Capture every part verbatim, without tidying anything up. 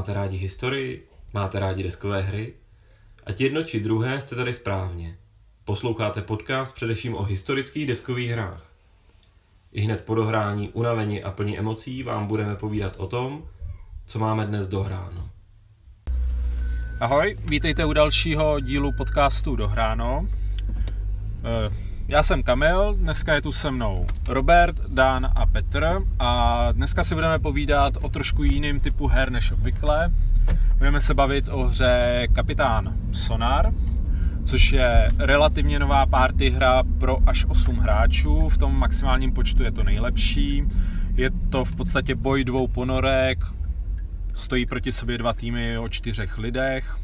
Máte rádi historii? Máte rádi deskové hry? Ať jedno či druhé jste tady správně. Posloucháte podcast především o historických deskových hrách. I hned po dohrání, unavení a plní emocí vám budeme povídat o tom, co máme dnes dohráno. Ahoj, vítejte u dalšího dílu podcastu Dohráno. Já jsem Kamil, dneska je tu se mnou Robert, Dan a Petr a dneska si budeme povídat o trošku jiným typu her než obvykle. Budeme se bavit o hře Kapitán Sonar, což je relativně nová party hra pro až osm hráčů, v tom maximálním počtu je to nejlepší. Je to v podstatě boj dvou ponorek, stojí proti sobě dva týmy o čtyřech lidech.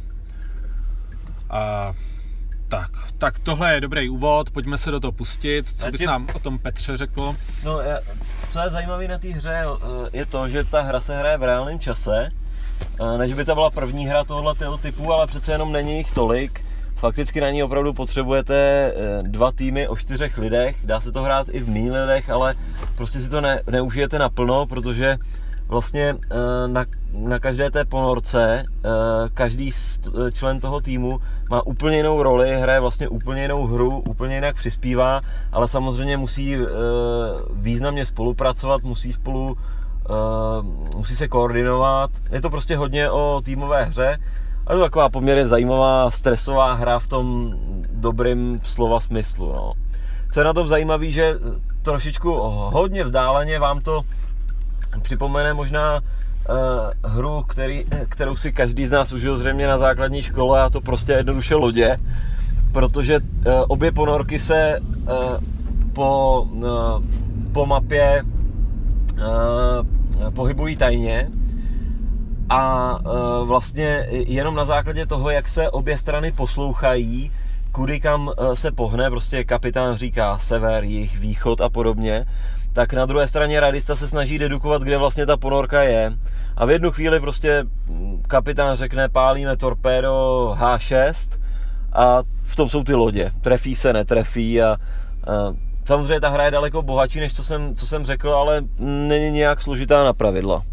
A tak, tak tohle je dobrý úvod, pojďme se do toho pustit. Co bys nám o tom Petře řekl? No, co je zajímavé na té hře, je to, že ta hra se hraje v reálném čase. Než by to byla první hra tohoto typu, ale přece jenom není jich tolik. Fakticky na ní opravdu potřebujete dva týmy o čtyřech lidech. Dá se to hrát i v méně lidech, ale prostě si to ne, neužijete naplno, protože vlastně na, na každé té ponorce každý člen toho týmu má úplně jinou roli, hraje vlastně úplně jinou hru, úplně jinak přispívá, ale samozřejmě musí významně spolupracovat, musí spolu musí se koordinovat. Je to prostě hodně o týmové hře. A je to taková poměrně zajímavá, stresová hra v tom dobrým slova smyslu. No. Co je na tom zajímavé, že trošičku hodně vzdáleně vám to připomene možná uh, hru, který, kterou si každý z nás užil zřejmě na základní škole, a to prostě jednoduše Lodě, protože uh, obě ponorky se uh, po, uh, po mapě uh, pohybují tajně a uh, vlastně jenom na základě toho, jak se obě strany poslouchají, kudy kam uh, se pohne, prostě kapitán říká sever, jih, východ a podobně, tak na druhé straně radista se snaží dedukovat, kde vlastně ta ponorka je. A v jednu chvíli prostě kapitán řekne, pálíme torpédo há šest a v tom jsou ty lodě. Trefí se, netrefí a, a samozřejmě ta hra je daleko bohatší, než co jsem, co jsem řekl, ale není nějak složitá na pravidla.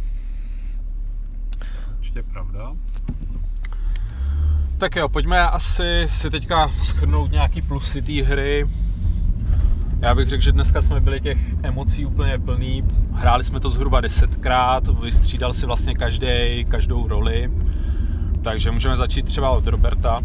Určitě pravda. Tak jo, pojďme asi si teďka shrnout nějaký plusy té hry. Já bych řekl, že dneska jsme byli těch emocí úplně plný. Hráli jsme to zhruba desetkrát, vystřídal si vlastně každý, každou roli. Takže můžeme začít třeba od Roberta.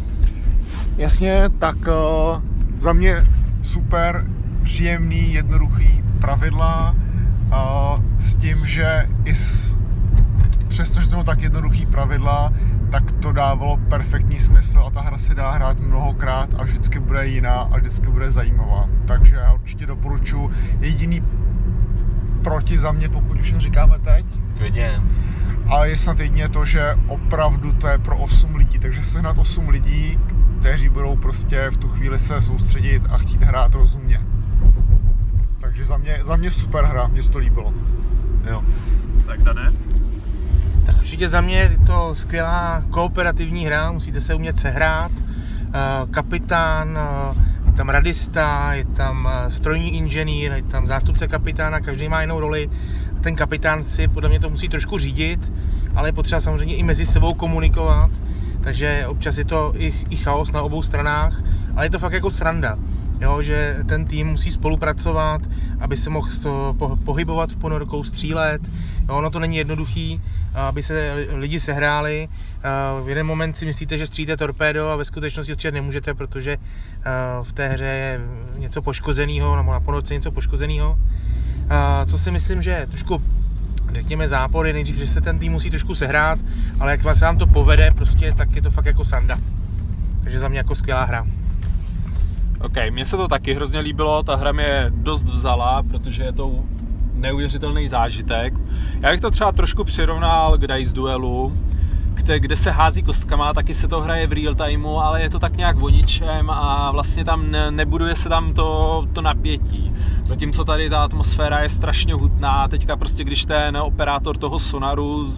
Jasně, tak uh, za mě super, příjemný, jednoduchý pravidla uh, s tím, že i s, přestože to tak jednoduchý pravidla, tak to dávalo perfektní smysl a ta hra se dá hrát mnohokrát a vždycky bude jiná a vždycky bude zajímavá. Takže já určitě doporučuji. Jediný proti za mě, pokud už jen říkáme teď. Klidně. A je snad jedině to, že opravdu to je pro osm lidí, takže sehnat osm lidí, kteří budou prostě v tu chvíli se soustředit a chtít hrát rozumně. Takže za mě, za mě super hra, mě se to líbilo. Jo. Tak Dane? Tak určitě za mě je to skvělá kooperativní hra, musíte se umět sehrát. Kapitán, je tam radista, je tam strojní inženýr, je tam zástupce kapitána, každý má jinou roli. Ten kapitán si podle mě to musí trošku řídit, ale je potřeba samozřejmě i mezi sebou komunikovat, takže občas je to i, i chaos na obou stranách, ale je to fakt jako sranda. Jo, že ten tým musí spolupracovat, aby se mohl pohybovat s ponorkou, střílet. Jo, ono to není jednoduchý, aby se lidi sehráli. V jeden moment si myslíte, že střílíte torpédo a ve skutečnosti střílet nemůžete, protože v té hře je něco poškozeného, nebo na ponorce něco poškozeného. Co si myslím, že je trošku, řekněme, zápor je nejdřív, že se ten tým musí trošku sehrát, ale jak se vám to povede, prostě, tak je to fakt jako sranda. Takže za mě jako skvělá hra. OK, mně se to taky hrozně líbilo, ta hra mě dost vzala, protože je to neuvěřitelný zážitek. Já bych to třeba trošku přirovnal k Dice Duelu, kde, kde se hází kostkama, taky se to hraje v real timeu, ale je to tak nějak o ničem a vlastně tam ne, nebuduje se tam to, to napětí. Zatímco tady ta atmosféra je strašně hutná, teďka prostě když ten operátor toho sonaru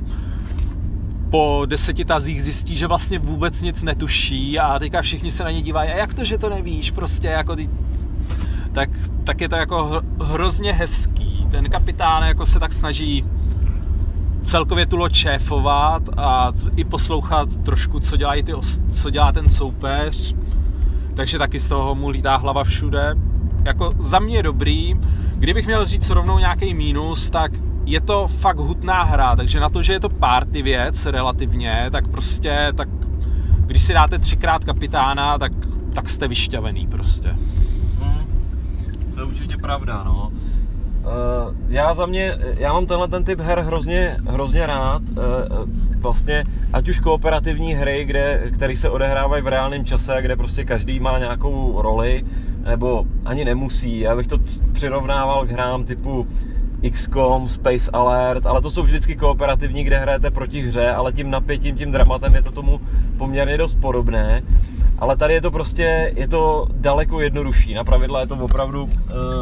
po deseti tazích zjistí, že vlastně vůbec nic netuší a teďka všichni se na ně dívají, a jak to, že to nevíš, prostě jako ty... tak, tak je to jako hrozně hezký. Ten kapitán jako se tak snaží celkově tu loď šéfovat a i poslouchat trošku, co, dělají ty, co dělá ten soupeř. Takže taky z toho mu lítá hlava všude. Jako za mě dobrý. Kdybych měl říct rovnou nějaký mínus, tak je to fakt hutná hra, takže na to, že je to party věc relativně, tak prostě, tak když si dáte třikrát kapitána, tak, tak jste vyšťavený prostě. Hmm, to je určitě pravda, no. Uh, já za mě, já mám tenhle ten typ her hrozně, hrozně rád, uh, vlastně ať už kooperativní hry, kde, které se odehrávají v reálném čase, kde prostě každý má nějakou roli, nebo ani nemusí, já bych to přirovnával k hrám typu X COM, Space Alert, ale to jsou vždycky kooperativní, kde hrajete proti hře, ale tím napětím, tím dramatem je to tomu poměrně dost podobné. Ale tady je to prostě, je to daleko jednodušší, na pravidla je to opravdu uh,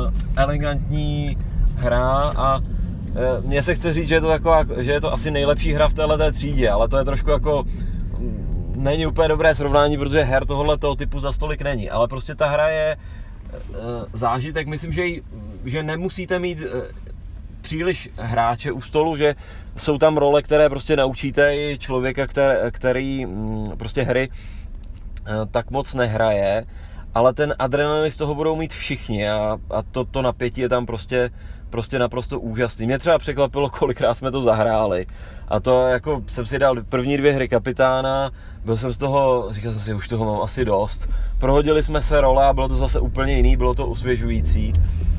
elegantní hra a uh, mně se chce říct, že je to taková, že je to asi nejlepší hra v téhleté třídě, ale to je trošku jako, um, není úplně dobré srovnání, protože her tohoto typu za stolik není, ale prostě ta hra je uh, zážitek, myslím, že, jí, že nemusíte mít uh, příliš hráče u stolu, že jsou tam role, které prostě naučíte i člověka, který, který um, prostě hry tak moc nehraje, ale ten adrenalin z toho budou mít všichni a, a to, to napětí je tam prostě, prostě naprosto úžasný. Mě třeba překvapilo, kolikrát jsme to zahráli a to jako jsem si dal první dvě hry kapitána, byl jsem z toho, říkal jsem si, už toho mám asi dost. Prohodili jsme se role a bylo to zase úplně jiný, bylo to osvěžující.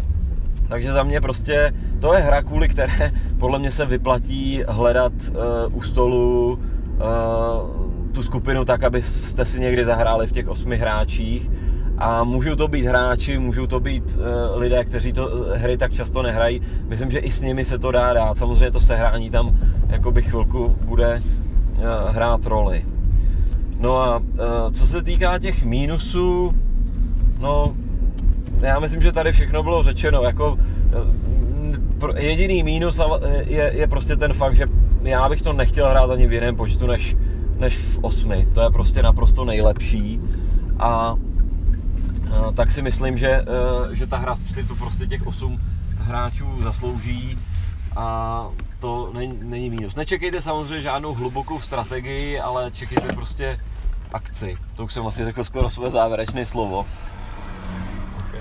Takže za mě prostě to je hra, kvůli které podle mě se vyplatí hledat uh, u stolu uh, tu skupinu tak, abyste si někdy zahráli v těch osmi hráčích a můžou to být hráči, můžou to být uh, lidé, kteří to uh, hry tak často nehrají. Myslím, že i s nimi se to dá dát. Samozřejmě to sehrání tam jakoby chvilku bude uh, hrát roli. No a uh, co se týká těch mínusů, no já myslím, že tady všechno bylo řečeno. Jako, uh, jediný mínus je, je prostě ten fakt, že já bych to nechtěl hrát ani v jiném počtu než než v osmi, to je prostě naprosto nejlepší a, a tak si myslím, že, že ta hra si tu prostě těch osm hráčů zaslouží a to není, není mínus. Nečekejte samozřejmě žádnou hlubokou strategii, ale čekejte prostě akci. To už jsem asi řekl skoro své závěrečné slovo. Okay.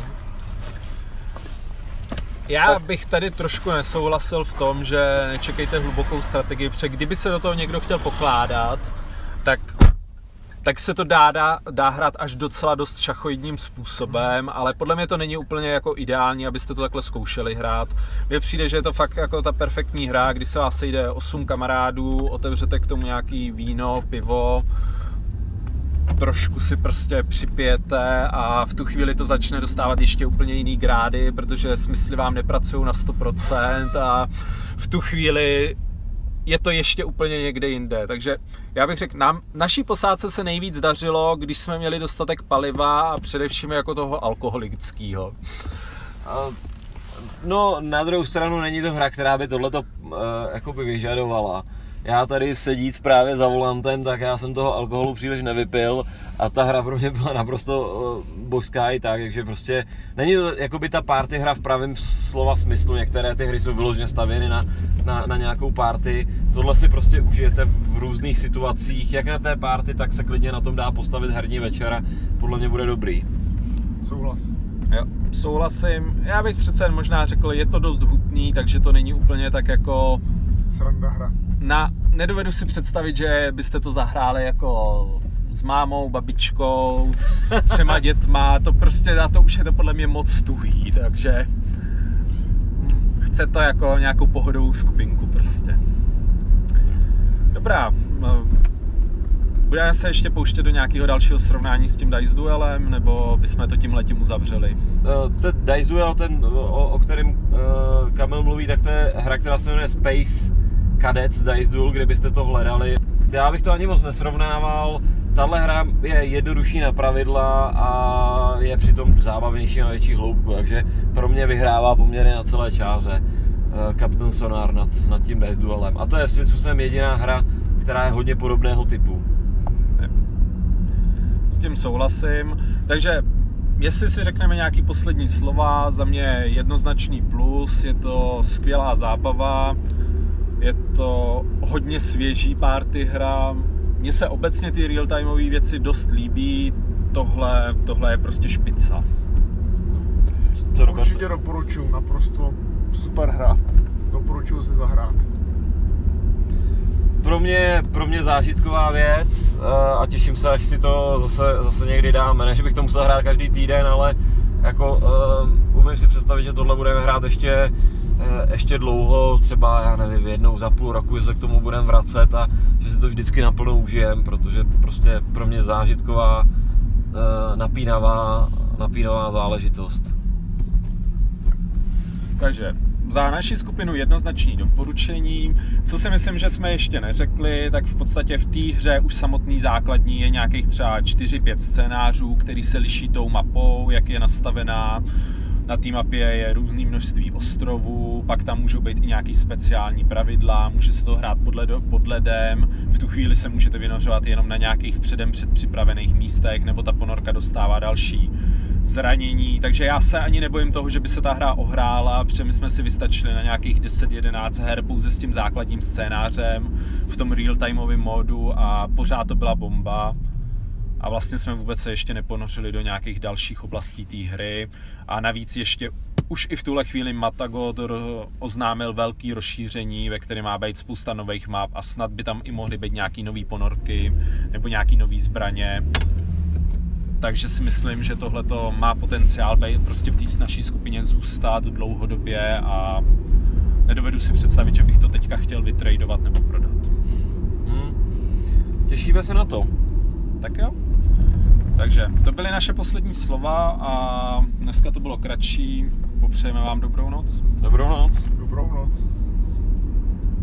Já tak bych tady trošku nesouhlasil v tom, že nečekejte hlubokou strategii, protože kdyby se do toho někdo chtěl pokládat, tak, tak se to dá, dá, dá hrát až docela dost šachoidním způsobem, ale podle mě to není úplně jako ideální, abyste to takhle zkoušeli hrát. Mně přijde, že je to fakt jako ta perfektní hra, kdy se vás sejde osm kamarádů, otevřete k tomu nějaký víno, pivo, trošku si prostě připijete a v tu chvíli to začne dostávat ještě úplně jiný grády, protože smysly vám nepracují na sto procent a v tu chvíli je to ještě úplně někde jinde. Takže já bych řekl, nám, naší posádce se nejvíc dařilo, když jsme měli dostatek paliva a především jako toho alkoholického. No, na druhou stranu není to hra, která by tohleto uh, jakoby vyžadovala. Já tady sedíc právě za volantem, tak já jsem toho alkoholu příliš nevypil a ta hra pro mě byla naprosto uh, božská i tak, takže prostě není to jakoby ta party hra v pravém slova smyslu, některé ty hry jsou vyloženě stavěny na, na, na nějakou party, tohle si prostě užijete v různých situacích, jak na té party, tak se klidně na tom dá postavit herní večer a podle mě bude dobrý. Souhlas. Jo, souhlasím, já bych přece jen možná řekl, je to dost hutný, takže to není úplně tak jako sranda hra. Na, nedovedu si představit, že byste to zahráli jako s mámou, babičkou, třema dětma, to prostě na to už je to podle mě moc tuhý, takže chce to jako nějakou pohodovou skupinku prostě. Dobrá, budeme se ještě pouštět do nějakého dalšího srovnání s tím Dice Duelem, nebo bychom to tímhletím uzavřeli? Ten Dice Duel, ten, o, o kterém Kamil mluví, tak to je hra, která se jmenuje Space Cadets Dice Duel, kde byste to hledali. Já bych to ani moc nesrovnával. Tahle hra je jednodušší na pravidla a je přitom zábavnější na větší hloubku, takže pro mě vyhrává poměrně na celé čáře Captain Sonar nad, nad tím Dice Duelem. A to je svým způsobem jediná hra, která je hodně podobného typu. S tím souhlasím. Takže jestli si řekneme nějaký poslední slova, za mě jednoznačný plus, je to skvělá zábava. je to hodně svěží party hra. Mně se obecně ty real-timeové věci dost líbí, tohle, tohle je prostě špica. Co Určitě doporučuji, naprosto super hra. Doporučuji si zahrát. Pro mě, pro mě zážitková věc a těším se, až si to zase, zase někdy dáme. Ne, že bych to musel hrát každý týden, ale jako uh, umím si představit, že tohle budeme hrát ještě, uh, ještě dlouho, třeba já nevím, jednou za půl roku, že se k tomu budeme vracet a že si to vždycky naplno užijem, protože prostě pro mě zážitková, uh, napínavá, napínavá záležitost. Takže za naši skupinu jednoznačný doporučení. Co si myslím, že jsme ještě neřekli, tak v podstatě v té hře už samotný základní je nějakých třeba čtyři pět scénářů, který se liší tou mapou, jak je nastavená. Na té mapě je různé množství ostrovů, pak tam můžou být i nějaký speciální pravidla, může se to hrát pod, ledo, pod ledem, v tu chvíli se můžete vynořovat jenom na nějakých předem předpřipravených místech, nebo ta ponorka dostává další zranění, takže já se ani nebojím toho, že by se ta hra ohrála, protože my jsme si vystačili na nějakých deset jedenáct her pouze s tím základním scénářem v tom real-timeovém módu a pořád to byla bomba. A vlastně jsme vůbec se ještě neponořili do nějakých dalších oblastí té hry. A navíc ještě už i v tuhle chvíli Matagot oznámil velký rozšíření, ve kterém má být spousta nových map a snad by tam i mohly být nějaký nový ponorky nebo nějaký nový zbraně. Takže si myslím, že tohleto má potenciál být prostě v té naší skupině zůstat dlouhodobě a nedovedu si představit, že bych to teďka chtěl vytradovat nebo prodat. Hmm. Těšíme se na to. Tak jo. Takže to byly naše poslední slova a dneska to bylo kratší. Popřejeme vám dobrou noc. Dobrou noc. Dobrou noc.